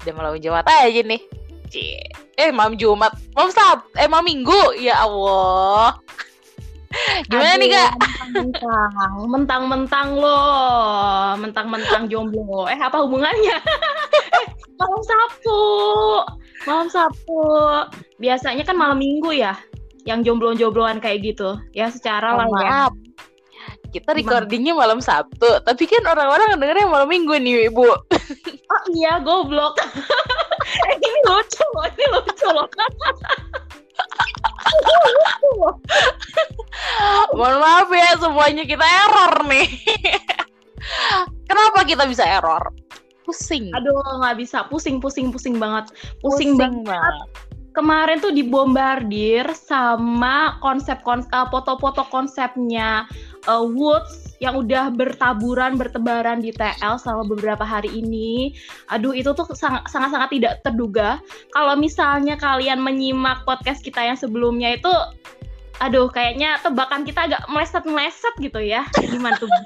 Udah malam Jumat aja nih. Malam Jumat, malam Minggu. Ya Allah. Gimana nih Kak? Mentang-mentang jomblo. Apa hubungannya? Malam Sabtu. Biasanya kan malam Minggu ya, yang jomblo-jombloan kayak gitu. Ya secara lah ya. Kita recordingnya malam Sabtu, tapi kan orang-orang dengernya malam Minggu nih, Ibu. Oh iya, goblok. Ini lucu loh. Mohon maaf ya, semuanya kita error nih. Kenapa kita bisa error? Pusing. Aduh, nggak bisa. Pusing banget. Pusing banget. Kemarin tuh dibombardir sama foto-foto konsepnya Woods yang udah bertebaran di TL selama beberapa hari ini. Aduh, itu tuh sangat-sangat tidak terduga. Kalau misalnya kalian menyimak podcast kita yang sebelumnya itu, aduh, kayaknya tebakan kita agak meleset gitu ya. Gimana tuh?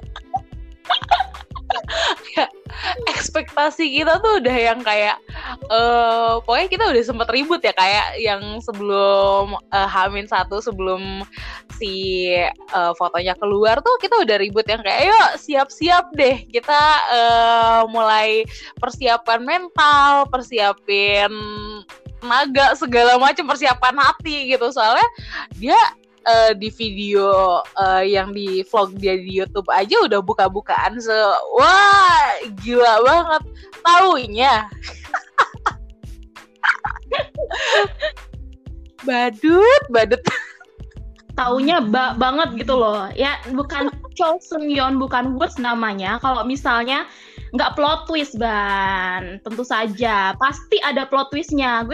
Ekspektasi kita tuh udah yang kayak pokoknya kita udah sempet ribut ya, kayak yang sebelum H-1 sebelum si fotonya keluar tuh kita udah ribut yang kayak yuk siap-siap deh, kita mulai persiapan mental, persiapin tenaga, segala macam, persiapan hati gitu. Soalnya dia di video yang di vlog dia di YouTube aja udah buka-bukaan wah gila banget. Taunya badut taunya banget gitu loh ya. Bukan Cho Seung-yeon, bukan Woods namanya. Kalau misalnya nggak plot twist, Ban, tentu saja pasti ada plot twistnya.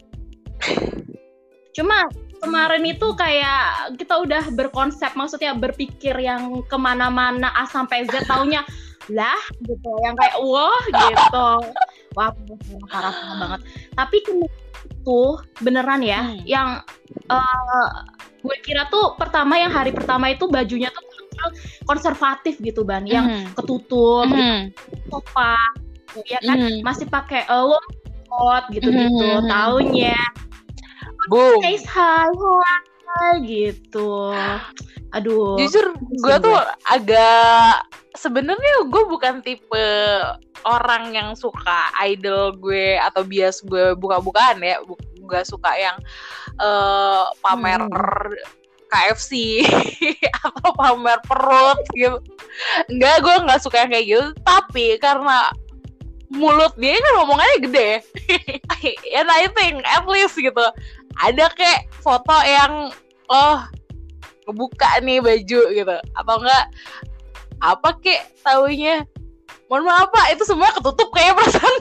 Cuma kemarin itu kayak kita udah berkonsep, maksudnya berpikir yang kemana-mana A sampai Z, taunya lah gitu, yang kayak wah gitu. Wah, parah banget. Tapi itu beneran ya, yang gue kira tuh hari pertama itu bajunya tuh konservatif gitu, Ban, yang ketutup, sopan, ya kan, masih pakai long coat gitu-gitu. Taunya boom, face hi gitu. Aduh, jujur gue tuh agak, sebenarnya gue bukan tipe orang yang suka idol gue atau bias gue buka-bukaan ya. Gak suka yang pamer KFC atau pamer perut gitu. Enggak, gue gak suka yang kayak gitu. Tapi karena mulut dia kan ngomongannya gede, and I think at least gitu ada kayak foto yang ngebuka nih baju gitu, atau enggak apa kayak taunya, mohon maaf Pak, itu semua ketutup kayak perasaan.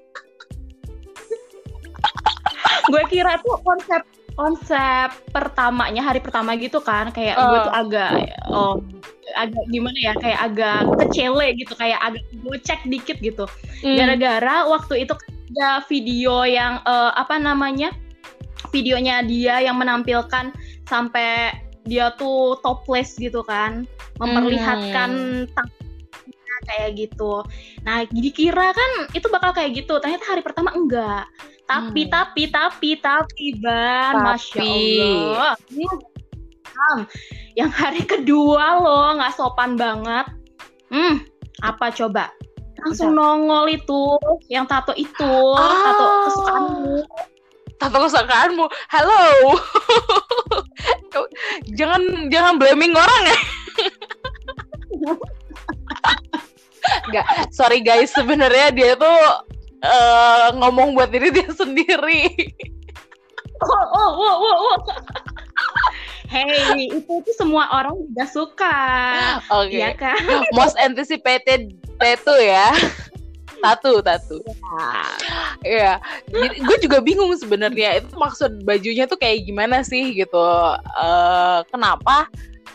Gue kira tuh konsep pertamanya, hari pertama gitu kan, kayak gue tuh agak gimana ya, kayak agak kecele gitu, kayak agak gocek dikit gitu. Gara-gara waktu itu ada video yang videonya dia yang menampilkan sampai dia tuh topless gitu kan, memperlihatkan tangannya kayak gitu. Nah, dikira kan itu bakal kayak gitu, ternyata hari pertama enggak. Tapi Ban, Masya Allah. Yang hari kedua loh, nggak sopan banget. Apa coba? Langsung nongol itu, yang tato itu, tato kesukaanmu. Halo. jangan blaming orang ya. Enggak, sorry guys, sebenarnya dia tuh ngomong buat diri dia sendiri. Hey, itu tuh semua orang juga suka. Oke. Ya kan? Most anticipated tattoo ya. Tattoo. Iya. Gue juga bingung sebenarnya itu maksud bajunya tuh kayak gimana sih gitu. Kenapa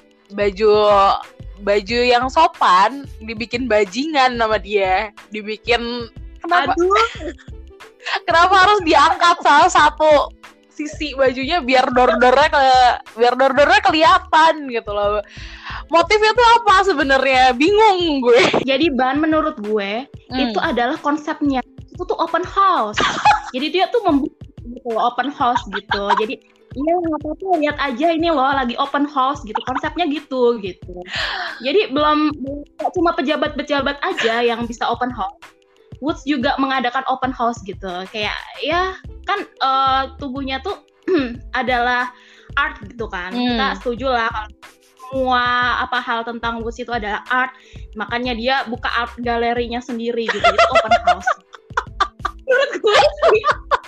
baju yang sopan dibikin bajingan sama dia, dibikin kenapa? Kenapa harus diangkat salah satu sisi bajunya biar dor-dornya kelihatan gitu loh. Motifnya tuh apa sebenarnya? Bingung gue. Jadi Ban, menurut gue itu adalah konsepnya. itu tuh open house. Jadi dia tuh membuka gitu, open house gitu. Jadi iya nggak apa-apa, lihat aja ini loh lagi open house gitu, konsepnya gitu. Jadi belum cuma pejabat-pejabat aja yang bisa open house. Woods juga mengadakan open house gitu. Kayak ya kan tubuhnya tuh adalah art gitu kan. Kita setuju lah kalau semua hal tentang Woods itu adalah art. Makanya dia buka art galerinya sendiri gitu. Itu open house. Menurut gue sih.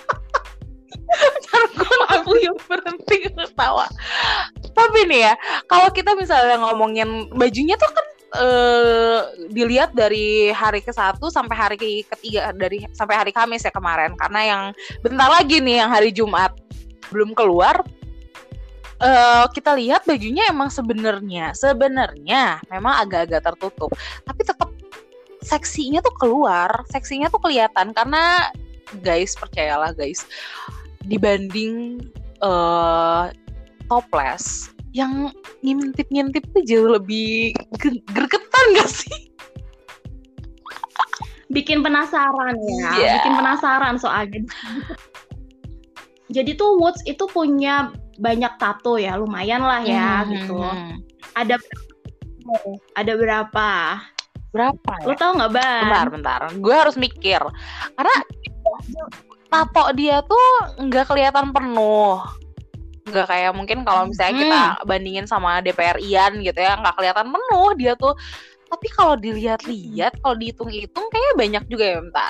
Aku yang berhenti ketawa. Tapi nih ya, kalau kita misalnya ngomongin bajunya tuh kan dilihat dari hari ke-1 sampai hari ke-3, sampai hari Kamis ya kemarin, karena yang bentar lagi nih yang hari Jumat belum keluar. Kita lihat bajunya emang sebenarnya memang agak-agak tertutup, tapi tetap seksinya tuh keluar, seksinya tuh kelihatan. Karena guys, percayalah guys, dibanding topless, yang ngintip-ngintip tuh jauh lebih gregetan gak sih? Bikin penasaran ya, bikin penasaran soalnya. Jadi tuh Woods itu punya banyak tato ya, lumayan lah ya gitu. Ada berapa? Berapa ya? Lo tau nggak, Ban? Bentar. Gue harus mikir. Karena tato dia tuh nggak kelihatan penuh. Nggak kayak mungkin kalau misalnya kita bandingin sama DPR-ian gitu ya, nggak kelihatan penuh dia tuh. Tapi kalau dilihat-lihat, kalau dihitung-hitung kayaknya banyak juga ya. Bentar.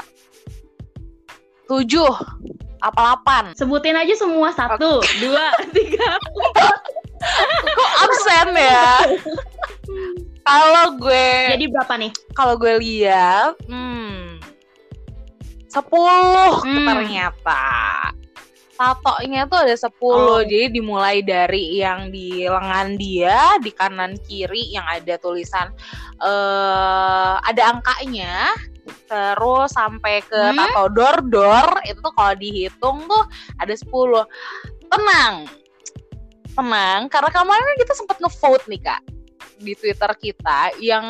7 apa 8? Sebutin aja semua. 1, 2, 3, 4. Kok absen ya? Kalau gue, jadi berapa nih? Kalau gue lihat 10 ternyata. Tatonya tuh ada 10. Jadi dimulai dari yang di lengan dia, di kanan kiri yang ada tulisan ada angkanya, terus sampai ke tato dor itu tuh kalau dihitung tuh ada 10. Tenang, karena kemarin kita sempat nge-vote nih Kak di Twitter kita yang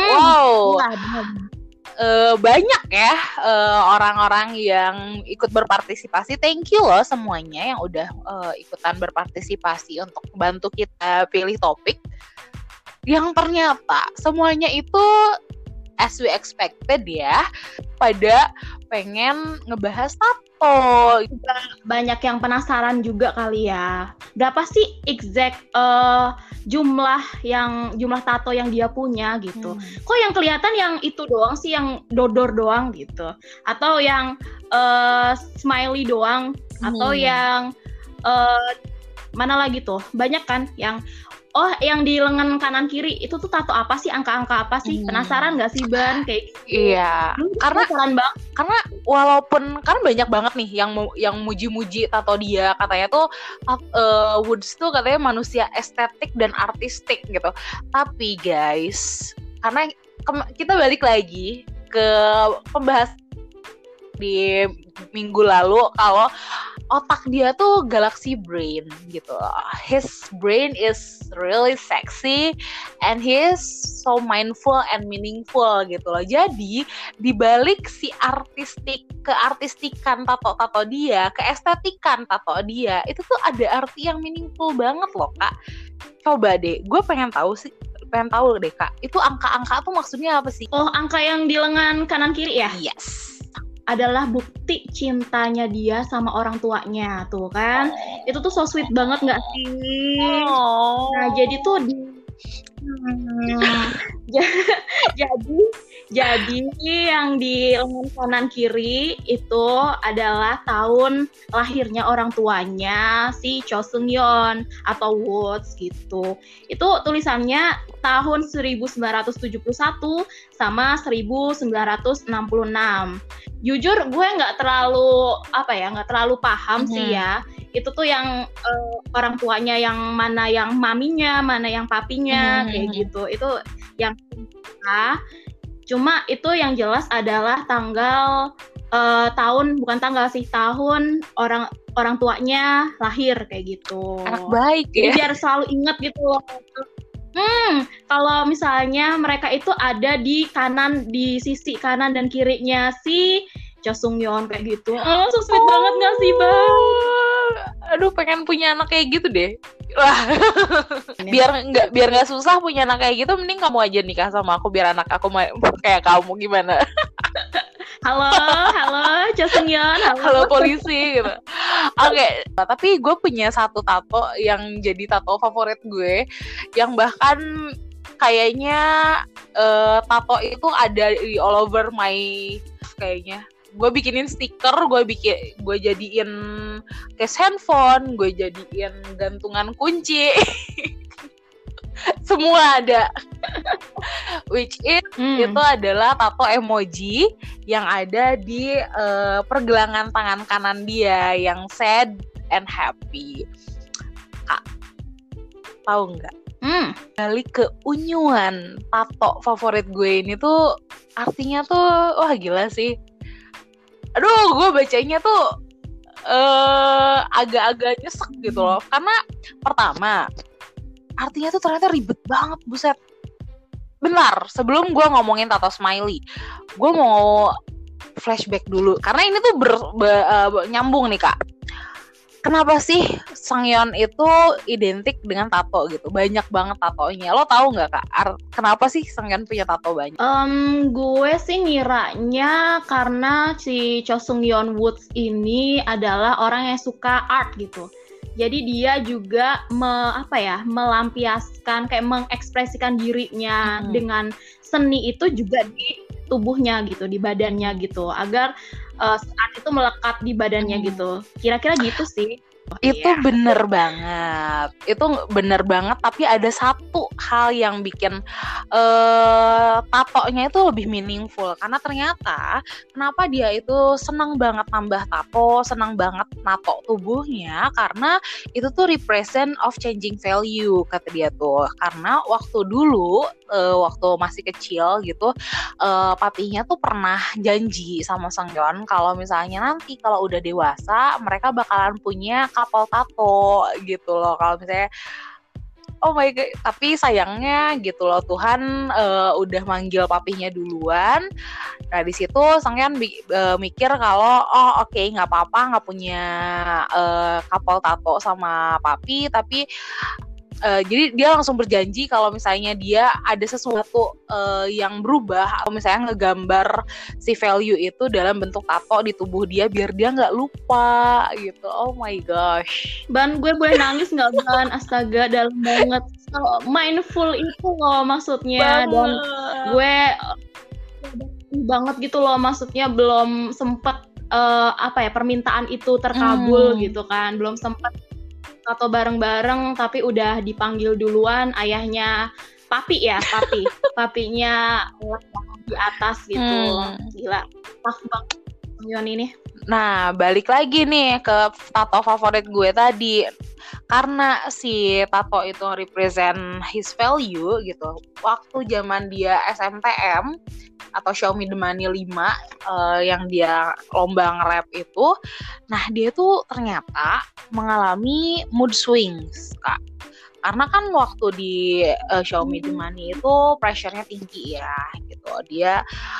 banyak ya orang-orang yang ikut berpartisipasi. Thank you loh semuanya yang udah ikutan berpartisipasi untuk bantu kita pilih topik, yang ternyata semuanya itu as we expected ya, pada pengen ngebahas tato. Banyak yang penasaran juga kali ya. Berapa sih exact jumlah tato yang dia punya gitu. Kok yang kelihatan yang itu doang sih, yang dodor doang gitu. Atau yang smiley doang, atau yang mana lagi tuh? Banyak kan yang yang di lengan kanan kiri itu tuh tato apa sih, angka-angka apa sih? Penasaran gak sih, Ban? Kayak gitu. Iya. Karena walaupun kan banyak banget nih yang muji-muji tato dia, katanya tuh Woods tuh katanya manusia estetik dan artistik gitu. Tapi guys, karena kita balik lagi ke pembahasan di minggu lalu, kalau otak dia tuh galaxy brain gitu. His brain is really sexy and he is so mindful and meaningful gitu loh. Jadi dibalik si keartistikan tato dia, keestetikan tato dia, itu tuh ada arti yang meaningful banget loh Kak. Coba deh, gue pengen tahu deh Kak, itu angka-angka tuh maksudnya apa sih? Oh, angka yang di lengan kanan kiri ya? Yes. Adalah bukti cintanya dia sama orang tuanya, tuh kan. Itu tuh so sweet banget gak sih? Nah, jadi tuh jadi yang di lengan kanan kiri itu adalah tahun lahirnya orang tuanya si Cho Seung Yeon atau Woods gitu. Itu tulisannya tahun 1971 sama 1966. Jujur gue nggak terlalu paham sih ya. Itu tuh yang orang tuanya yang mana yang maminya, mana yang papinya, kayak gitu. Itu yang cuma itu yang jelas adalah tahun orang tuanya lahir kayak gitu. Anak baik ya. Jadi biar selalu ingat gitu loh. Kalau misalnya mereka itu ada di sisi kanan dan kirinya si Cho Sung Yeon kayak gitu. So sweet banget gak sih Bang? Aduh, pengen punya anak kayak gitu deh. Wah. biar nggak susah punya anak kayak gitu, mending kamu aja nikah sama aku biar anak aku kayak kamu. Gimana? Halo Cho Sung Yeon, halo polisi gitu. Oke. Tapi gue punya satu tato yang jadi tato favorit gue, yang bahkan kayaknya tato itu ada di all over my kayaknya. Gue bikinin stiker, gue jadiin case handphone, gue jadiin gantungan kunci. Semua ada. Which is itu adalah tato emoji yang ada di pergelangan tangan kanan dia yang sad and happy. Kak, tahu nggak? Balik ke unyuan tato favorit gue ini tuh artinya tuh wah gila sih. Aduh, gue bacanya tuh agak-agak nyesek gitu loh. Karena pertama, artinya tuh ternyata ribet banget, buset. Bentar, sebelum gue ngomongin tato smiley, gue mau flashback dulu. Karena ini tuh nyambung nih, Kak. Kenapa sih Sangyeon itu identik dengan tato gitu? Banyak banget tatonya. Lo tahu nggak, Kak? Kenapa sih Sangyeon punya tato banyak? Gue sih ngiranya karena si Cho Sung Yeon Woods ini adalah orang yang suka art gitu. Jadi dia juga melampiaskan, kayak mengekspresikan dirinya dengan seni itu juga di tubuhnya gitu, di badannya gitu, agar saat itu melekat di badannya gitu. Kira-kira gitu sih. Itu bener banget. Tapi ada satu hal yang bikin tatonya itu lebih meaningful. Karena ternyata kenapa dia itu senang banget nambah tato, senang banget nato tubuhnya, karena itu tuh represent of changing value, kata dia tuh. Karena waktu dulu waktu masih kecil gitu, papinya tuh pernah janji sama Sangyeon kalau misalnya nanti kalau udah dewasa mereka bakalan punya couple tato gitu loh. Kalau misalnya oh my god, tapi sayangnya gitu loh, Tuhan udah manggil papinya duluan. Nah di situ Sangyeon mikir kalau oke, nggak apa-apa nggak punya couple tato sama papi, tapi jadi dia langsung berjanji kalau misalnya dia ada sesuatu yang berubah, atau misalnya ngegambar si value itu dalam bentuk tato di tubuh dia biar dia nggak lupa gitu. Oh my gosh. Ban, gue boleh nangis nggak Ban? Astaga, dalam banget. So, mindful itu loh maksudnya. Dan gue banget gitu loh, maksudnya belum sempet permintaan itu terkabul gitu kan, belum sempet atau bareng-bareng tapi udah dipanggil duluan ayahnya papinya di atas gitu. Gila, tough banget Sangyeon ini. Nah, balik lagi nih ke tato favorit gue tadi. Karena si tato itu represent his value gitu. Waktu zaman dia SMTM atau Show Me The Money 5 yang dia lomba nge-rap itu, nah dia tuh ternyata mengalami mood swings, Kak. Karena kan waktu di Show Me The Money itu pressure-nya tinggi ya gitu. Dia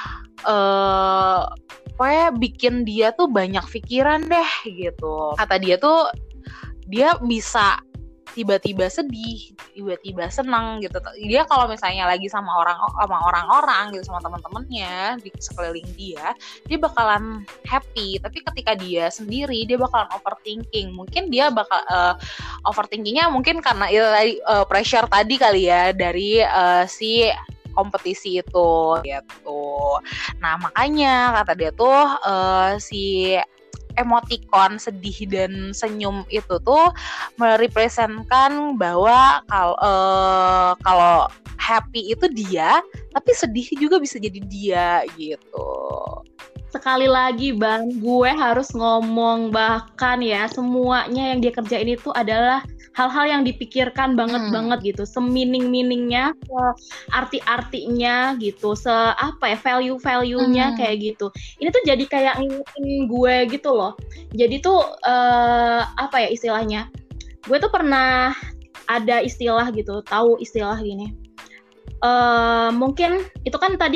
pokoknya bikin dia tuh banyak pikiran deh gitu. Kata dia tuh dia bisa tiba-tiba sedih, tiba-tiba senang gitu. Dia kalau misalnya lagi sama orang-orang gitu, sama teman-temannya di sekeliling dia bakalan happy. Tapi ketika dia sendiri, dia bakalan overthinking. Mungkin dia bakal overthinkingnya mungkin karena pressure tadi kali ya dari si kompetisi itu gitu. Nah makanya kata dia tuh si emoticon sedih dan senyum itu tuh merepresentkan bahwa kalau happy itu dia, tapi sedih juga bisa jadi dia gitu. Sekali lagi Bang, gue harus ngomong, bahkan ya semuanya yang dia kerjain itu adalah hal-hal yang dipikirkan banget gitu, semining-miningnya, arti-artinya gitu, value-value-nya kayak gitu. Ini tuh jadi kayak ngingetin gue gitu loh. Jadi tuh istilahnya, gue tuh pernah ada istilah gitu, tahu istilah gini. Mungkin itu kan tadi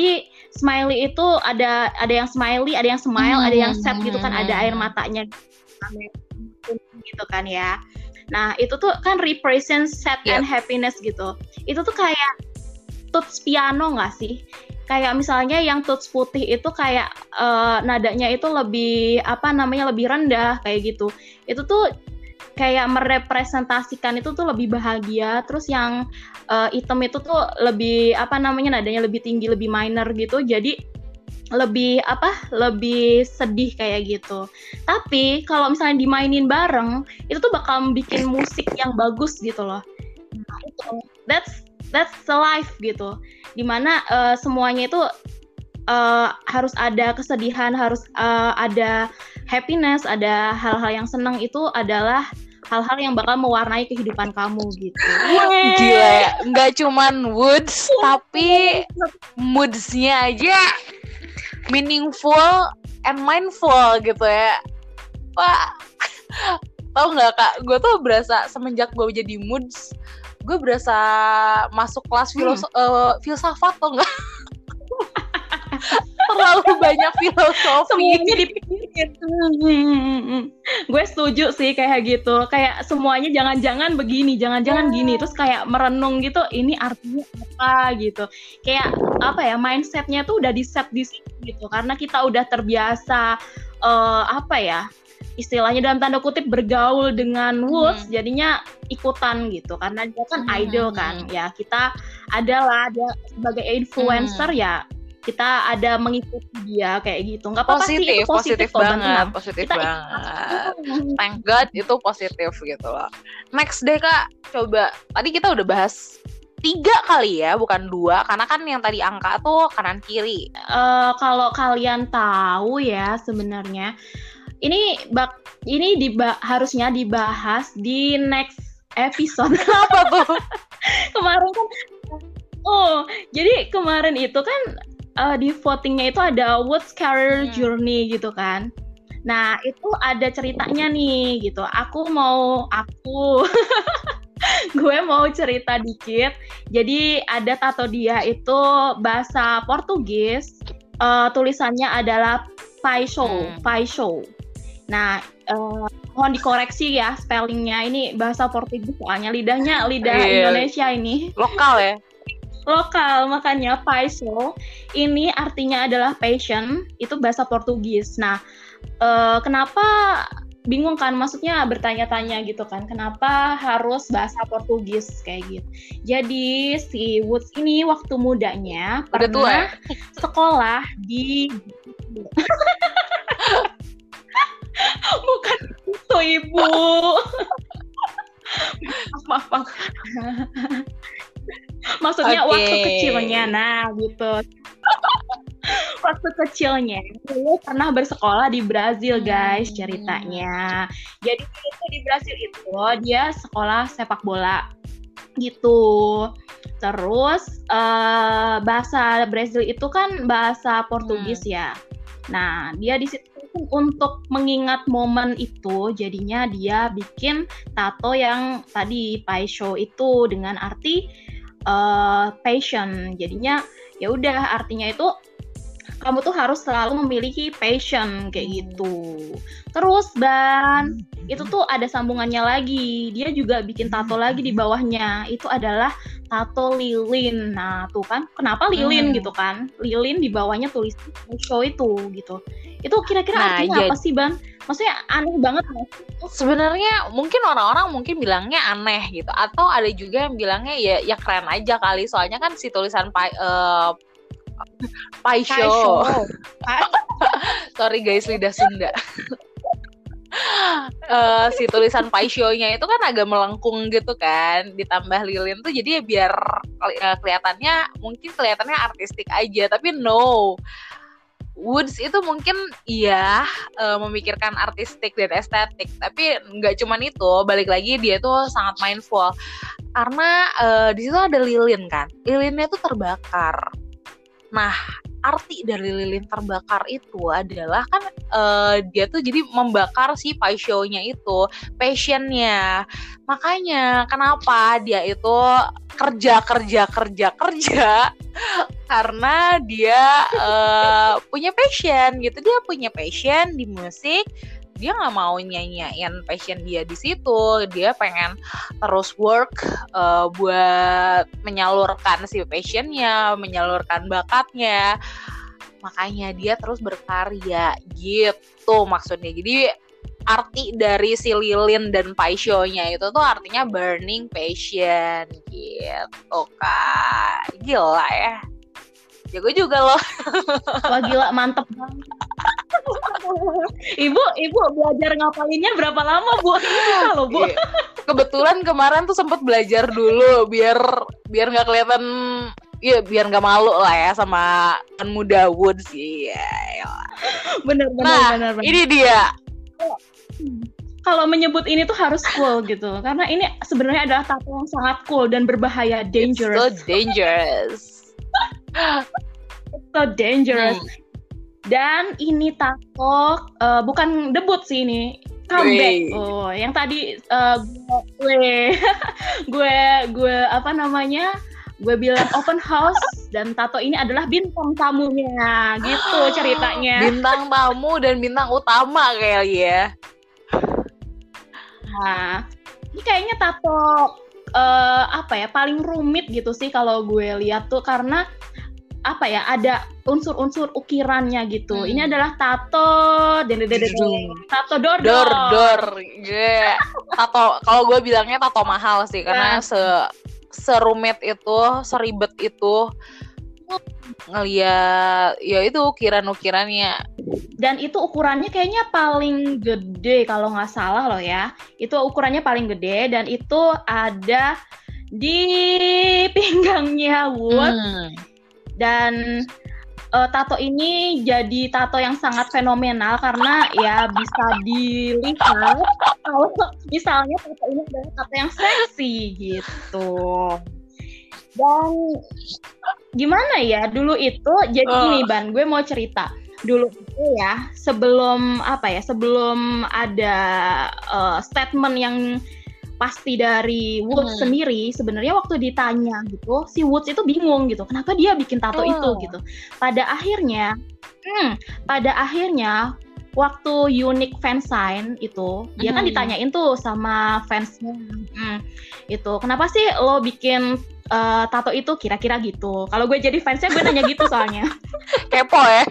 smiley itu ada yang smiley, ada yang smile, ada yang sad gitu kan, ada air matanya gitu kan ya. Nah itu tuh kan represent sad and happiness gitu. Itu tuh kayak tuts piano nggak sih? Kayak misalnya yang tuts putih itu kayak nadanya itu lebih lebih rendah kayak gitu. Itu tuh kayak merepresentasikan itu tuh lebih bahagia. Terus yang hitam itu tuh lebih nadanya lebih tinggi, lebih minor gitu. Jadi lebih sedih kayak gitu. Tapi kalau misalnya dimainin bareng, itu tuh bakal bikin musik yang bagus gitu loh. Nah, itu that's the life gitu. Dimana semuanya itu harus ada kesedihan, harus ada happiness, ada hal-hal yang senang, itu adalah hal-hal yang bakal mewarnai kehidupan kamu gitu. Gila ya, nggak cuman woods tapi moods-nya aja meaningful and mindful gitu ya. Wah, tau nggak Kak, gue tuh berasa semenjak gue jadi moods, gue berasa masuk kelas filsafat tau nggak? Terlalu banyak filosofi. Semuanya dipikirin. Gue setuju sih kayak gitu. Kayak semuanya jangan-jangan begini, jangan-jangan gini. Terus kayak merenung gitu, ini artinya apa gitu. Kayak mindsetnya tuh udah di-set di situ gitu. Karena kita udah terbiasa istilahnya dalam tanda kutip bergaul dengan Woods, jadinya ikutan gitu. Karena dia kan idol kan. Ya kita adalah dia sebagai influencer ya. Kita ada mengikuti dia kayak gitu. Nggak apa-apa sih, itu positif banget. Positif banget. Thank God itu positif gitu loh. Next deh Kak, coba. Tadi kita udah bahas 3 kali ya, bukan 2. Karena kan yang tadi angka tuh kanan kiri. Kalau kalian tahu ya sebenarnya, ini harusnya dibahas di next episode. Kenapa tuh? Kemarin kan, jadi kemarin itu kan di votingnya itu ada Woods Career Journey gitu kan. Nah itu ada ceritanya nih gitu. Gue mau cerita dikit. Jadi ada tato dia itu bahasa Portugis. Tulisannya adalah Paixão. Nah mohon dikoreksi ya spellingnya, ini bahasa Portugis soalnya lidah Indonesia ini. Lokal, makanya Paixão ini artinya adalah passion, itu bahasa Portugis. Nah, kenapa bingung kan? Maksudnya bertanya-tanya gitu kan, kenapa harus bahasa Portugis kayak gitu. Jadi si Woods ini waktu mudanya pernah sekolah di bukan itu Ibu. Maaf. Maksudnya waktu kecilnya, nah gitu. Waktu kecilnya dia pernah bersekolah di Brazil guys ceritanya. Jadi itu di Brazil itu dia sekolah sepak bola gitu. Terus bahasa Brazil itu kan bahasa Portugis ya. Nah dia di situ untuk mengingat momen itu, jadinya dia bikin tato yang tadi Paixão itu dengan arti passion. Jadinya ya udah artinya itu kamu tuh harus selalu memiliki passion kayak gitu. Terus itu tuh ada sambungannya lagi. Dia juga bikin tato lagi di bawahnya. Itu adalah tato lilin. Nah tuh kan kenapa lilin gitu kan? Lilin di bawahnya tulis Paixão itu gitu. Itu kira-kira artinya apa sih Ban? Maksudnya aneh banget gak sih? Sebenarnya mungkin orang-orang bilangnya aneh gitu, atau ada juga yang bilangnya ya keren aja kali, soalnya kan si tulisan Paixão. Sorry guys, lidah Sunda. Si tulisan Paixão-nya itu kan agak melengkung gitu kan, ditambah lilin tuh jadi ya biar kelihatannya artistik aja, tapi no. Woods itu mungkin memikirkan artistik dan estetik, tapi nggak cuman itu, balik lagi dia tuh sangat mindful karena di situ ada lilin kan, lilinnya tuh terbakar. Nah arti dari lilin terbakar itu adalah kan dia tuh jadi membakar si Paixão-nya itu, passionnya. Makanya kenapa dia itu kerja karena dia punya passion gitu. Dia punya passion di musik. Dia nggak mau nyanyain passion dia di situ. Dia pengen terus work buat menyalurkan si passionnya, menyalurkan bakatnya. Makanya dia terus berkarya gitu maksudnya. Jadi arti dari si Lilin dan Paisho-nya itu tuh artinya burning passion gitu Kak. Gila ya. Jago juga loh. Wah gila, mantep banget. Ibu belajar ngapalinnya berapa lama, Bu? Ini loh, Bu. Kebetulan kemarin tuh sempat belajar dulu biar nggak kelihatan, ya biar nggak malu lah ya sama kan muda Woods sih. Ya. Bener. Ini dia. Kalau menyebut ini tuh harus cool gitu, karena ini sebenarnya adalah tato yang sangat cool dan berbahaya, dangerous. It's so dangerous. So dangerous. Dan ini tato bukan debut sih, ini comeback. Oh, yang tadi gue apa namanya? Gue bilang open house, dan tato ini adalah bintang tamunya, gitu ceritanya. Bintang tamu dan bintang utama kayaknya ya. Nah, ini kayaknya tato apa ya, paling rumit gitu sih kalau gue lihat tuh, karena apa ya, ada unsur-unsur ukirannya gitu. Ini adalah tato tato dor. Yeah. Tato, kalau gue bilangnya tato mahal sih, karena serumit itu, seribet itu ngeliat ya itu ukiran-ukirannya. Dan itu ukurannya kayaknya paling gede kalau nggak salah loh ya. Itu ukurannya paling gede, dan itu ada di pinggangnya Wood. Dan tato ini jadi tato yang sangat fenomenal karena ya bisa dilihat kalau misalnya tato ini adalah tato yang seksi gitu. Dan gimana ya, dulu itu jadi gini Ban, gue mau cerita. Dulu itu ya, sebelum ada statement yang pasti dari Woods sendiri, sebenarnya waktu ditanya gitu, si Woods itu bingung gitu, kenapa dia bikin tato itu gitu. Pada akhirnya waktu Unique Fansign itu, dia kan ditanyain tuh sama fansnya, itu kenapa sih lo bikin tato itu kira-kira gitu. Kalau gue jadi fansnya, gue nanya gitu soalnya. Kepo ya.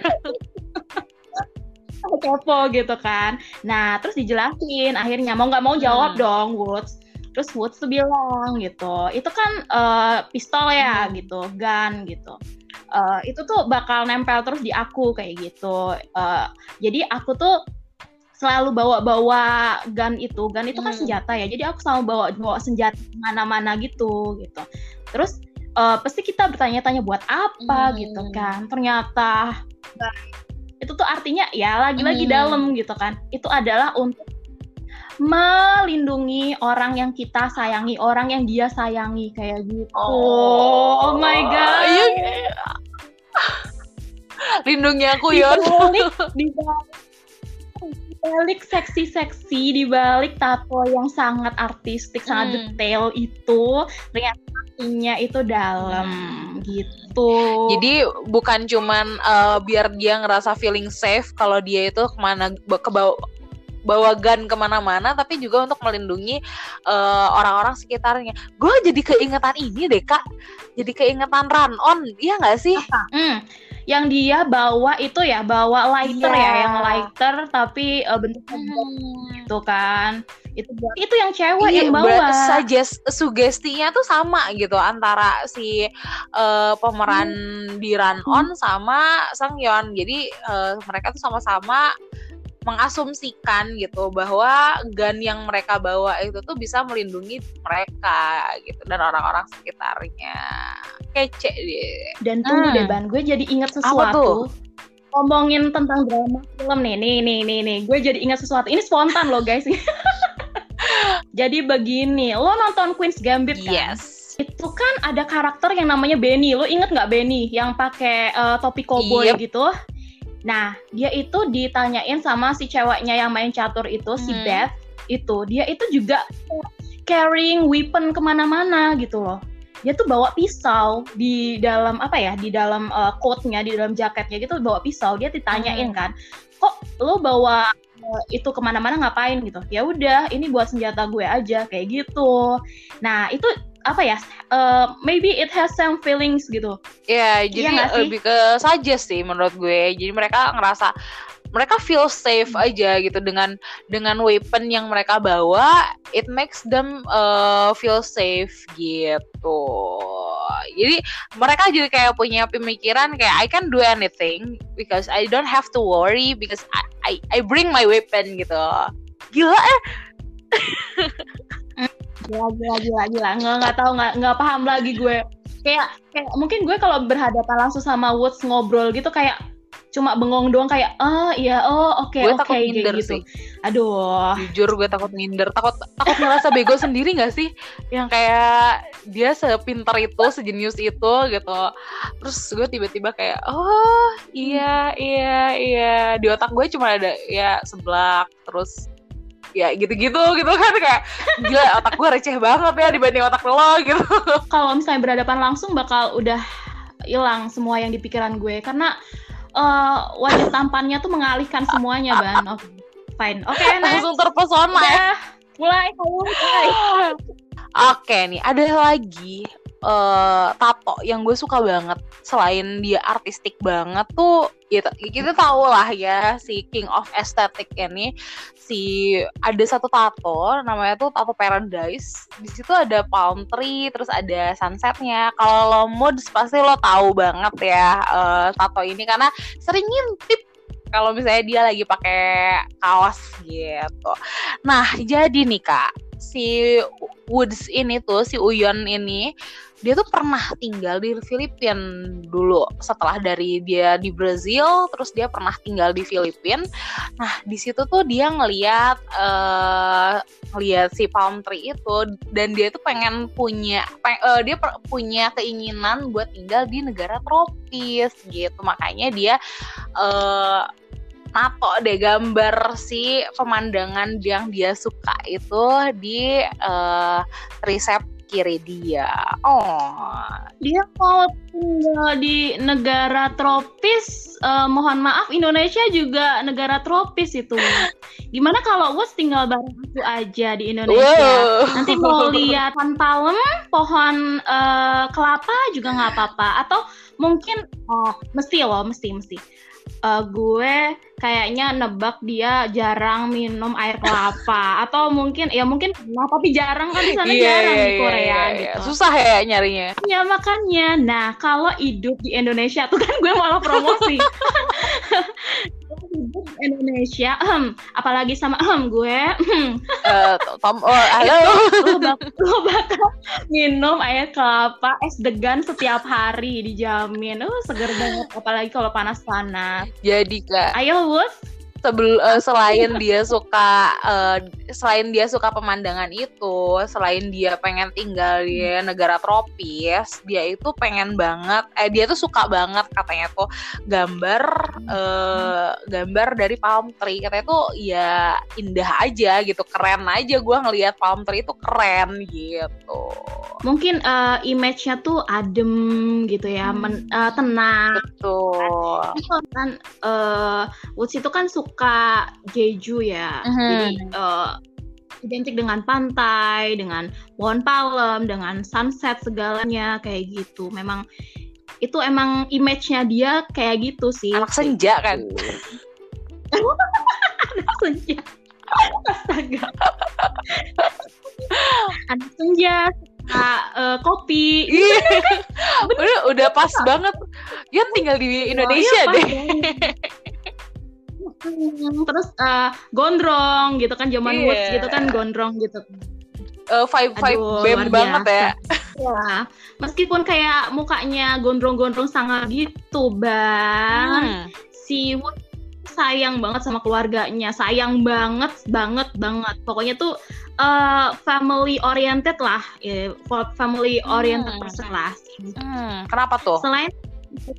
Kepo gitu kan. Nah terus dijelasin, akhirnya mau nggak mau jawab dong Woods. Terus Woods tuh bilang gitu, itu kan pistol ya gitu, gun gitu. Itu tuh bakal nempel terus di aku kayak gitu. Jadi aku tuh selalu bawa gun itu kan senjata ya. Jadi aku selalu bawa senjata kemana-mana gitu. Terus pasti kita bertanya-tanya buat apa gitu kan. Ternyata itu tuh artinya ya lagi-lagi dalam gitu kan. Itu adalah untuk melindungi orang yang kita sayangi, orang yang dia sayangi kayak gitu. Oh my god. Lindungi aku Yon. Di balik seksi-seksi, di balik tato yang sangat artistik, sangat detail itu, ternyata artinya itu dalam gitu. Jadi bukan cuman biar dia ngerasa feeling safe kalau dia itu kemana bawa gun kemana-mana, tapi juga untuk melindungi orang-orang sekitarnya. Gue jadi keingetan ini deh Kak, jadi keingetan Run On, iya nggak sih? Yang dia bawa itu ya, bawa lighter ya, yang lighter tapi bentuknya gitu kan. Itu yang cewek yang bawa. Sugestinya tuh sama gitu antara si pemeran di Run On sama Sang-yeon. Jadi mereka tuh sama-sama mengasumsikan gitu bahwa gun yang mereka bawa itu tuh bisa melindungi mereka gitu dan orang-orang sekitarnya. Kece deh. Dan tunggu deh Ban, gue jadi ingat sesuatu. Ngomongin tentang drama film nih. Gue jadi ingat sesuatu. Ini spontan loh guys. Jadi begini, lo nonton Queen's Gambit kan? Yes. Itu kan ada karakter yang namanya Benny. Lo inget nggak Benny yang pakai topi cowboy gitu? Nah, dia itu ditanyain sama si ceweknya yang main catur itu, si Beth itu, dia itu juga carrying weapon kemana-mana gitu loh. dia tuh bawa pisau di dalam di dalam coat-nya, di dalam jaketnya gitu bawa pisau. Dia ditanyain kan, kok lo bawa itu kemana-mana ngapain gitu? Ya udah, ini buat senjata gue aja kayak gitu. Nah itu maybe it has some feelings gitu. Ya, jadi lebih ke saja sih menurut gue. Jadi mereka ngerasa mereka feel safe aja gitu dengan weapon yang mereka bawa, it makes them feel safe gitu. Jadi mereka jadi kayak punya pemikiran kayak I can do anything because I don't have to worry because I bring my weapon gitu. Gila Gila. Nggak paham lagi gue. Kayak mungkin gue kalau berhadapan langsung sama Woods ngobrol gitu kayak cuma bengong doang kayak oke minder gitu. Sih. Aduh. Jujur gue takut minder, takut ngerasa bego sendiri nggak sih? Yang kayak dia sepintar itu, sejenius itu gitu. Terus gue tiba-tiba kayak iya di otak gue cuma ada ya seblak terus ya gitu kan kayak gila otak gue receh banget ya dibanding otak lo gitu. Kalau misalnya berhadapan langsung bakal udah hilang semua yang di pikiran gue karena wajah tampannya tuh mengalihkan semuanya Ban. Oke, fine. Oke, langsung terpesona ya. Mulai. Oke nih, ada lagi tato yang gue suka banget selain dia artistik banget tuh ya, kita tahu lah ya si King of Aesthetic ini ada satu tato namanya tuh tato Paradise. Di situ ada palm tree terus ada sunsetnya. Kalau lo moods pasti lo tahu banget ya tato ini karena sering ngintip kalau misalnya dia lagi pakai kaos gitu. Nah jadi nih Kak, si Woods ini tuh, si Uyon ini, dia tuh pernah tinggal di Filipina dulu. Setelah dari dia di Brazil, terus dia pernah tinggal di Filipina. Nah, di situ tuh dia ngeliat si palm tree itu, dan dia tuh dia punya keinginan buat tinggal di negara tropis gitu. Makanya dia nato deh gambar si pemandangan yang dia suka itu di tricep kiri dia. Dia mau tinggal di negara tropis. Mohon maaf, Indonesia juga negara tropis itu. Gimana kalau Woods tinggal bareng aku aja di Indonesia? Nanti mau lihat pohon palem, pohon kelapa juga nggak apa-apa. Atau mungkin mesti. Gue kayaknya nebak dia jarang minum air kelapa atau mungkin tapi jarang kan di sana jarang di Korea gitu. Susah ya nyarinya. Ya makanya. Nah, kalau hidup di Indonesia tuh kan gue malah promosi. Hidup di Indonesia, apalagi sama gue. Halo. Lo bakal minum air kelapa es degan setiap hari dijamin. Seger banget apalagi kalau panas-panas. Jadi Kak, ayo Woods, selain dia suka pemandangan itu, selain dia pengen tinggal di negara tropis, dia itu pengen banget, dia tuh suka banget katanya tuh gambar dari palm tree. Katanya tuh ya indah aja gitu, keren aja. Gue ngelihat palm tree itu keren gitu. Mungkin image-nya tuh adem gitu ya, tenang. Betul. Kan Woods itu kan suka Jeju ya, jadi identik dengan pantai, dengan pohon palem, dengan sunset segalanya kayak gitu. Memang itu emang image-nya dia kayak gitu sih. Anak senja kan. Anak senja. Astaga. Anak senja. Kopi. udah pas banget. Dia tinggal di Indonesia deh. Terus gondrong gitu kan, zaman Woods gitu kan, gondrong gitu. Vibe BEM banget ya. Ya, meskipun kayak mukanya gondrong-gondrong sangat gitu, Bang. Si Woods sayang banget sama keluarganya, sayang banget. Pokoknya tuh family oriented lah, family oriented person lah. Kenapa tuh? Selain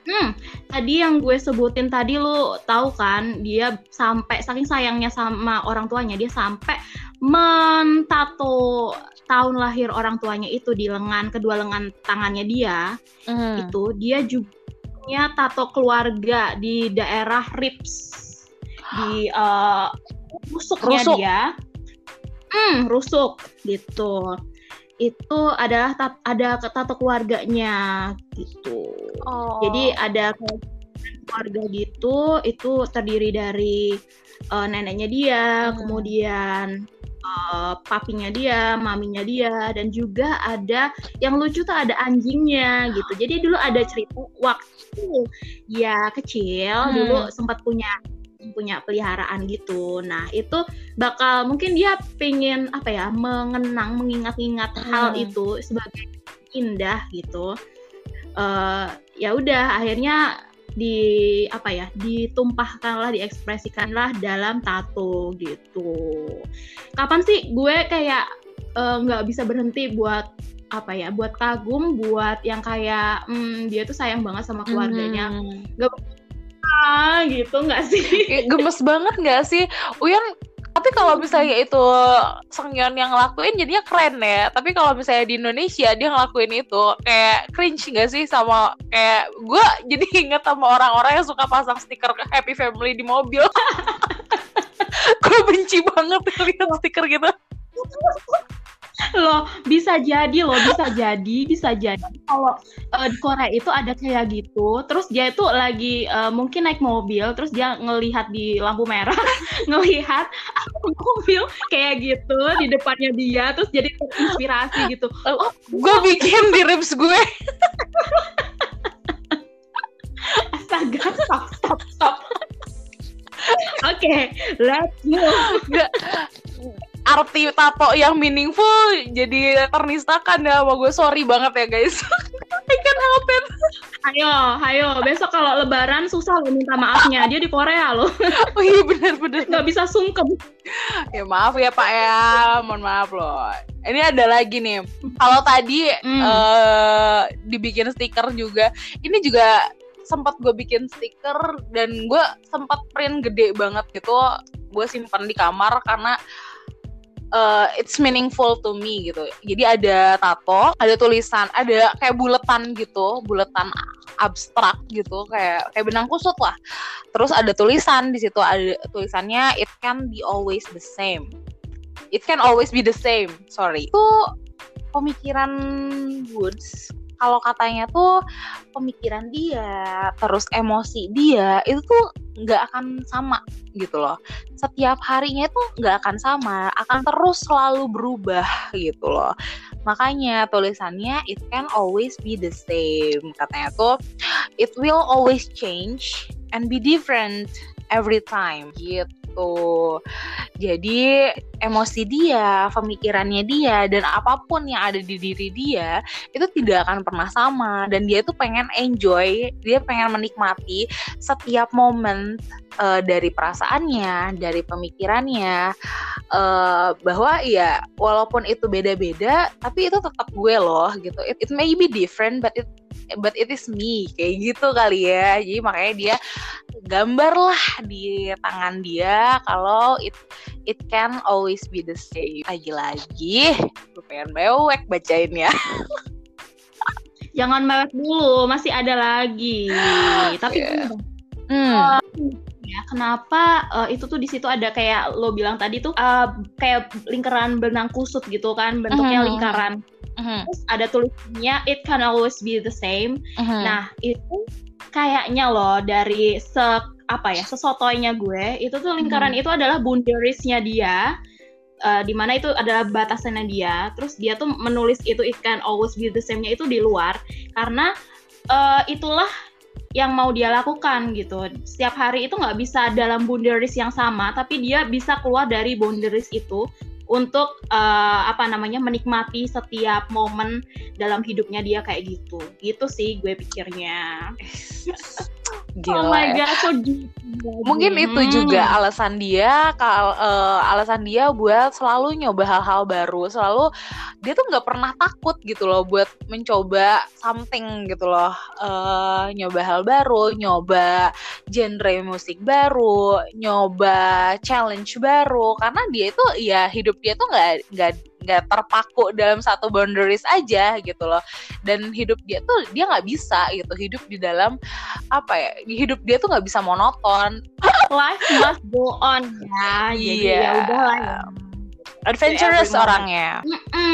Tadi yang gue sebutin tadi lu tahu kan, dia sampai saking sayangnya sama orang tuanya, dia sampai mentato tahun lahir orang tuanya itu di kedua lengan tangannya dia. Itu dia juga punya tato keluarga di daerah ribs, di rusuknya dia. Rusuk gitu. Itu adalah ada tato keluarganya gitu. Jadi ada keluarga gitu, itu terdiri dari neneknya dia, kemudian papinya dia, maminya dia, dan juga ada yang lucu tuh ada anjingnya gitu. Jadi dulu ada cerita waktu ya kecil dulu sempat punya peliharaan gitu. Nah itu bakal mungkin dia pengen mengingat-ingat hal itu sebagai indah gitu. Ya udah akhirnya ditumpahkanlah, diekspresikanlah dalam tato gitu. Kapan sih gue kayak nggak bisa berhenti buat buat kagum, buat yang kayak dia tuh sayang banget sama keluarganya. Gak gitu nggak sih? Gemes banget nggak sih Uyan? Tapi kalau misalnya itu Seungyeon yang ngelakuin jadinya keren ya. Tapi kalau misalnya di Indonesia dia ngelakuin itu kayak cringe nggak sih? Sama kayak gue jadi inget sama orang-orang yang suka pasang stiker Happy Family di mobil. Gue benci banget lihat stiker gitu. Bisa jadi kalau di Korea itu ada kayak gitu, terus dia itu lagi mungkin naik mobil, terus dia ngelihat di lampu merah ngelihat mobil kayak gitu di depannya dia, terus jadi terinspirasi gitu. Gue bikin di ribs gue. Astaga, stop. Oke, let's move. Arti tato yang meaningful jadi ternistakan ya sama gue. Sorry banget ya guys. I can help it. Ayo, besok kalau lebaran susah lo minta maafnya. Dia di Korea loh. Oh iya benar. Nggak bisa sungkem. Ya maaf ya Pak ya, mohon maaf loh. Ini ada lagi nih. Kalau tadi dibikin stiker juga, ini juga sempat gue bikin stiker dan gue sempat print gede banget gitu. Gue simpan di kamar karena it's meaningful to me gitu. Jadi ada tato, ada tulisan, ada kayak buletan gitu, buletan abstrak gitu, kayak benang kusut lah. Terus ada tulisan di situ, ada tulisannya it can be always the same. It can always be the same. Sorry. Itu pemikiran Woods. Kalau katanya tuh pemikiran dia, terus emosi dia itu tuh nggak akan sama gitu loh. Setiap harinya tuh nggak akan sama, akan terus selalu berubah gitu loh. Makanya tulisannya it can always be the same. Katanya tuh it will always change and be different every time gitu. Jadi emosi dia, pemikirannya dia, dan apapun yang ada di diri dia itu tidak akan pernah sama. Dan dia tuh pengen enjoy, dia pengen menikmati setiap momen dari perasaannya, dari pemikirannya, bahwa ya walaupun itu beda-beda, tapi itu tetap gue loh gitu. It may be different, but it is me, kayak gitu kali ya. Jadi makanya dia gambar lah di tangan dia kalau it can always be the same. Lagi-lagi gue pengen mewek bacainnya. Jangan mewek dulu, masih ada lagi. Tapi ya kenapa itu tuh di situ ada kayak lo bilang tadi tuh kayak lingkaran benang kusut gitu kan, bentuknya lingkaran. Terus ada tulisannya it can always be the same. Nah itu kayaknya loh dari sesotoynya gue itu tuh lingkaran itu adalah boundariesnya dia, di mana itu adalah batasannya dia. Terus dia tuh menulis itu it can always be the same-nya itu di luar karena itulah yang mau dia lakukan gitu. Setiap hari itu nggak bisa dalam boundaries yang sama, tapi dia bisa keluar dari boundaries itu untuk menikmati setiap momen dalam hidupnya dia kayak gitu. Gitu sih gue pikirnya. Gila. Oh my god, so mungkin itu juga alasan dia buat selalu nyoba hal-hal baru, selalu dia tuh nggak pernah takut gitu loh buat mencoba something gitu loh, nyoba hal baru, nyoba genre musik baru, nyoba challenge baru, karena dia itu ya hidup dia tuh nggak terpaku dalam satu boundaries aja gitu loh, dan hidup dia tuh dia nggak bisa gitu hidup di dalam apa ya, hidup dia tuh nggak bisa monoton. Life must go on ya, jadi ya udahlah ya. Adventurous orangnya.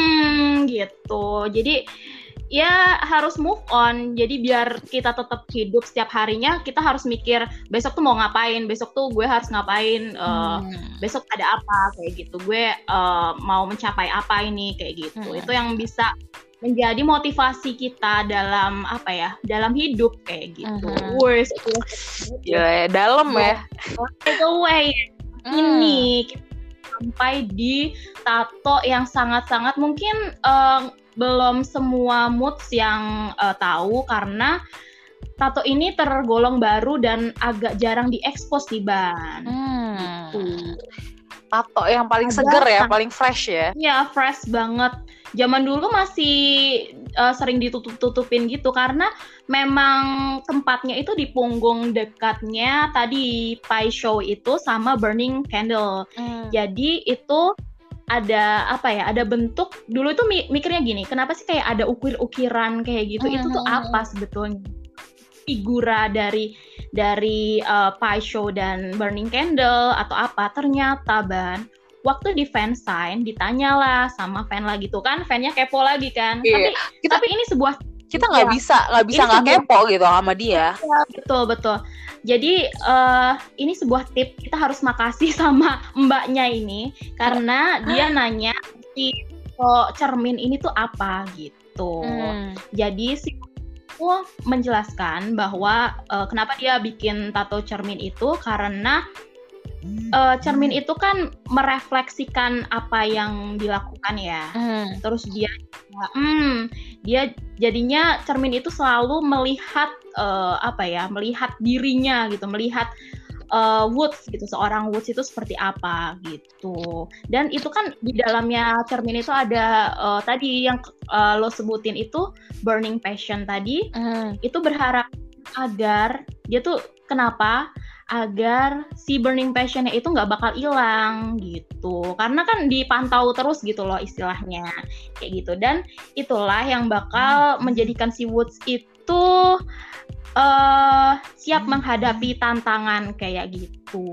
Gitu. Jadi ya harus move on. Jadi biar kita tetap hidup setiap harinya, kita harus mikir besok tuh mau ngapain, besok tuh gue harus ngapain, besok ada apa kayak gitu. Gue mau mencapai apa ini kayak gitu. Itu yang bisa menjadi motivasi kita dalam apa ya, dalam hidup kayak gitu. Wes, ya dalam ya. Away ini kita sampai di tato yang sangat-sangat mungkin belum semua moods yang tahu, karena tato ini tergolong baru dan agak jarang diekspos di Ban. Gitu. Tato yang paling seger ya, paling fresh ya. Iya, fresh banget. Zaman dulu masih sering ditutup-tutupin gitu, karena memang tempatnya itu di punggung dekatnya tadi pie show itu sama burning candle. Jadi itu ada apa ya, ada bentuk, dulu itu mikirnya gini, kenapa sih kayak ada ukir-ukiran kayak gitu, itu tuh apa sebetulnya? Figura dari pie show dan burning candle atau apa? Ternyata Ban, waktu di fan sign ditanyalah sama fan lagi tuh kan, fannya kepo lagi kan. Iya. Tapi ini sebuah, kita nggak bisa nggak kepo gitu sama dia. Ya, betul. Jadi ini sebuah tip, kita harus makasih sama mbaknya ini karena dia nanya si cermin ini tuh apa gitu. Jadi si menjelaskan bahwa kenapa dia bikin tato cermin itu, karena cermin itu kan merefleksikan apa yang dilakukan ya. Terus dia jadinya cermin itu selalu melihat melihat dirinya gitu, melihat Woods gitu, seorang Woods itu seperti apa gitu. Dan itu kan di dalamnya cermin itu ada tadi yang lo sebutin itu burning passion tadi. Itu berharap agar dia tuh kenapa? Agar si burning passion-nya itu nggak bakal hilang gitu, karena kan dipantau terus gitu loh istilahnya kayak gitu. Dan itulah yang bakal menjadikan si Woods itu siap menghadapi tantangan kayak gitu.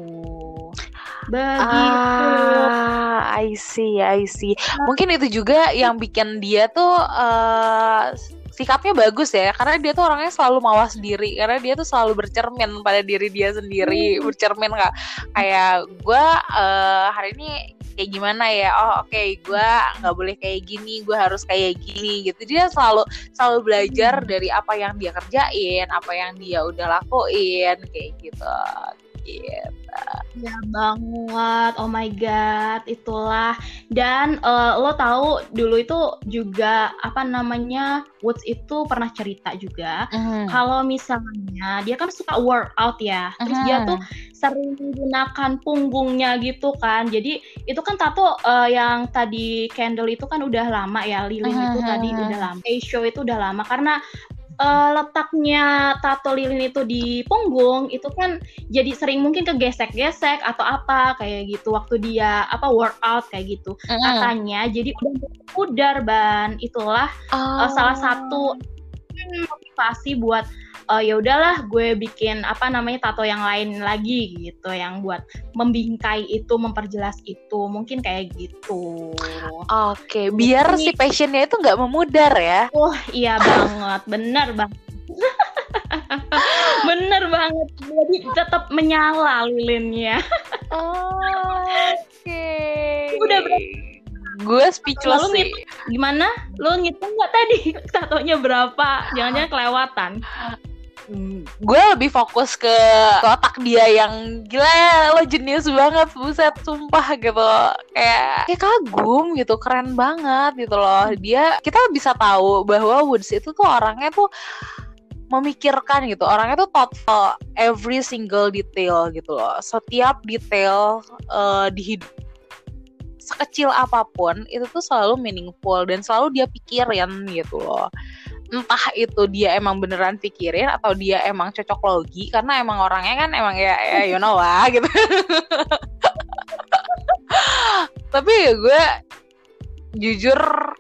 Begitu. I see. Mungkin itu juga yang bikin dia tuh sikapnya bagus ya, karena dia tuh orangnya selalu mawas diri, karena dia tuh selalu bercermin pada diri dia sendiri, bercermin kayak gue hari ini kayak gimana ya, gue nggak boleh kayak gini, gue harus kayak gini gitu. Dia selalu belajar dari apa yang dia kerjain, apa yang dia udah lakuin kayak gitu. Ya banget, oh my god, itulah. Dan lo tahu dulu itu juga Woods itu pernah cerita juga kalau misalnya dia kan suka workout ya, terus dia tuh sering menggunakan punggungnya gitu kan. Jadi itu kan tato yang tadi candle itu kan udah lama ya, lilin itu tadi udah lama, show itu udah lama, karena letaknya tato lilin itu di punggung itu kan jadi sering mungkin kegesek-gesek atau apa kayak gitu waktu dia workout kayak gitu katanya, jadi udah pudar Ban. Itulah salah satu motivasi buat ya udahlah gue bikin tato yang lain lagi gitu, yang buat membingkai itu, memperjelas itu, mungkin kayak gitu. Oke, biar si passionnya itu nggak memudar ya. Iya banget, bener banget. Bener banget, jadi tetap menyala lilinnya. Oke. Udah gue speechless sih. Gimana? Lo ngitung nggak tadi tatonya berapa? Jangan-jangan kelewatan. Gue lebih fokus ke otak dia yang gila, lo jenius banget, buset, sumpah gitu, kayak kagum gitu, keren banget gitu loh. Kita bisa tahu bahwa Woods itu tuh orangnya tuh memikirkan gitu. Orangnya tuh total every single detail gitu loh. Setiap detail di hidup sekecil apapun itu tuh selalu meaningful dan selalu dia pikirin gitu loh. Entah itu dia emang beneran pikirin atau dia emang cocok logi, karena emang orangnya kan emang ya you know lah gitu. Tapi gue jujur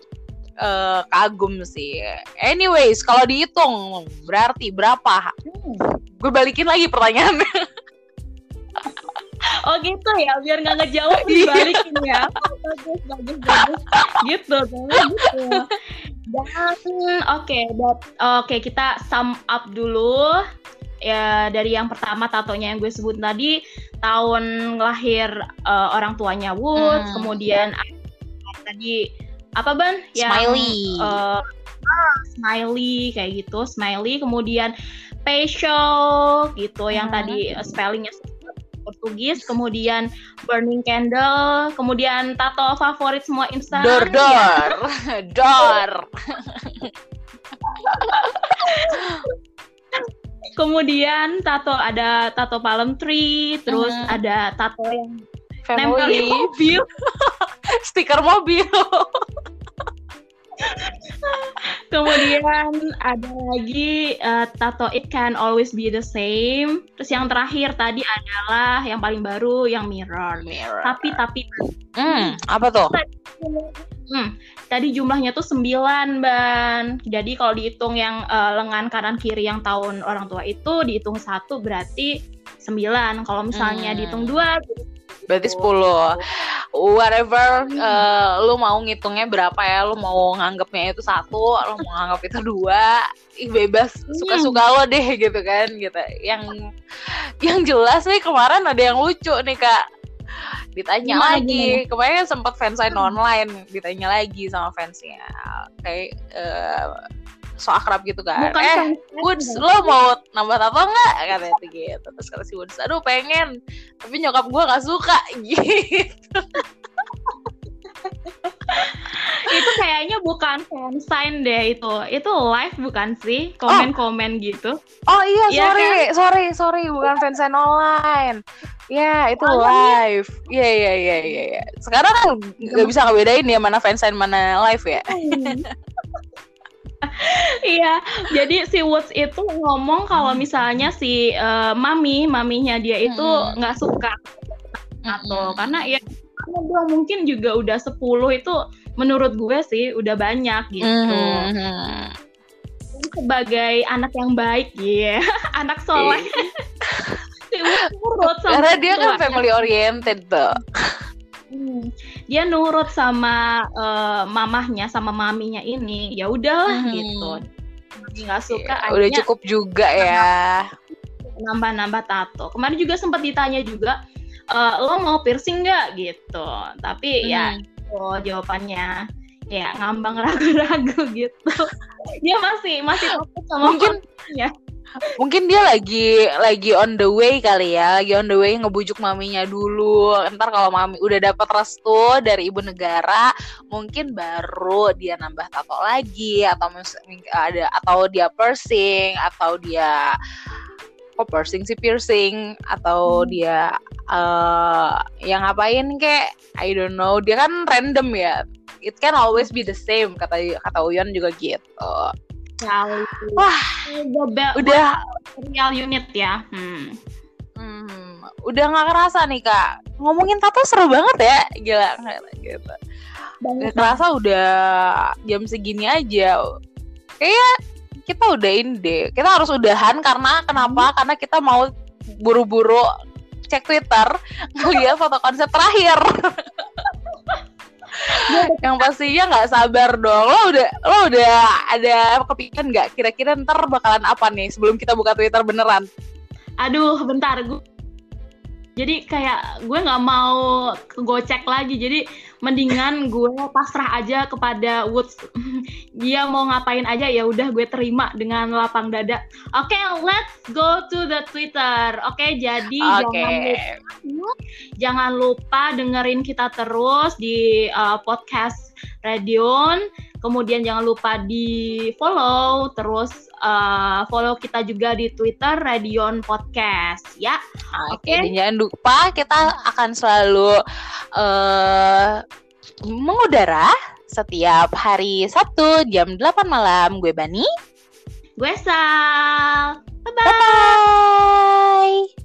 kagum sih. Anyways, kalau dihitung berarti berapa? Gue balikin lagi pertanyaannya. Oh gitu ya, biar nggak ngejawab dibalikin ya. Bagus. Gitu. Dan oke, kita sum up dulu. Ya, dari yang pertama tatonya yang gue sebut tadi, tahun lahir orang tuanya Woods, kemudian tadi apa Ban? Smiley. Smiley kayak gitu, Smiley, kemudian facial gitu, yang tadi spellingnya Portugis, kemudian burning candle, kemudian tato favorit semua insan. Door. Kemudian ada tato palm tree, terus ada tato yang nempelin mobil, stiker mobil. Kemudian ada lagi tato It Can Always Be the Same. Terus yang terakhir tadi adalah yang paling baru, yang mirror. Tapi apa tuh? Tadi jumlahnya tuh 9, Ban. Jadi kalau dihitung yang lengan kanan kiri yang tahun orang tua itu dihitung 1 berarti 9. Kalau misalnya dihitung 2 berarti 10. Whatever lu mau ngitungnya berapa ya, lu mau nganggapnya itu 1, lu mau nganggap itu 2, bebas, suka-suka lo deh gitu kan gitu. Yang jelas nih kemarin ada yang lucu nih Kak, ditanya lagi. Kemarin sempat fansign online, ditanya lagi sama fansnya kayak so akrab gitu kan. Woods, lo mau nambah tato nggak? Katanya gitu. Terus kata si Woods, aduh pengen, tapi nyokap gue nggak suka gitu. Itu kayaknya bukan fansign deh, itu live bukan sih, komen gitu. Oh iya, sorry, bukan fansign online. Ya, itu live. Iya. Sekarang kan nggak bisa ngebedain ya mana fansign mana live ya. Iya, jadi si Woods itu ngomong kalau misalnya si maminya dia itu nggak suka tato, karena ya dia mungkin juga udah 10 itu menurut gue sih udah banyak gitu. Sebagai anak yang baik anak soleh. Si Woods nurut sama karena dia kan family oriented tuh. Dia nurut sama mamahnya, sama maminya ini, ya udahlah gitu. Nggak suka, udah cukup juga ya. Nambah tato. Kemarin juga sempat ditanya juga, lo mau piercing nggak gitu. Tapi ya jawabannya ya ngambang ragu-ragu gitu. Dia masih takut sama maminya. Mungkin dia lagi on the way kali ya, lagi on the way ngebujuk maminya dulu. Ntar kalau mami udah dapat restu dari ibu negara, mungkin baru dia nambah tato lagi, atau dia piercing, atau dia piercing, atau dia yang ngapain kayak I don't know. Dia kan random ya. It can always be the same, kata Uyon juga gitu. Wah, udah real unit ya. Udah nggak kerasa nih Kak, ngomongin tato seru banget ya, gila gitu. Nggak kerasa udah jam segini aja. Kayak kita udahin deh. Kita harus udahan kenapa? Karena kita mau buru-buru cek Twitter ngeliat foto konsep terakhir. Yang pastinya nggak sabar dong. Lo udah ada kepikiran nggak kira-kira ntar bakalan apa nih sebelum kita buka Twitter beneran? Aduh, bentar, jadi kayak gue nggak mau gocek lagi, jadi mendingan gue pasrah aja kepada Woods. Dia mau ngapain aja ya udah gue terima dengan lapang dada. Oke, let's go to the Twitter. Oke, jadi jangan lupa dengerin kita terus di podcast Radion. Kemudian jangan lupa di follow, terus follow kita juga di Twitter Radion Podcast ya. Oke. Dan jangan lupa kita akan selalu mengudara setiap hari Sabtu jam 8 malam. Gue Bani. Gue Sal. Bye-bye. Bye-bye.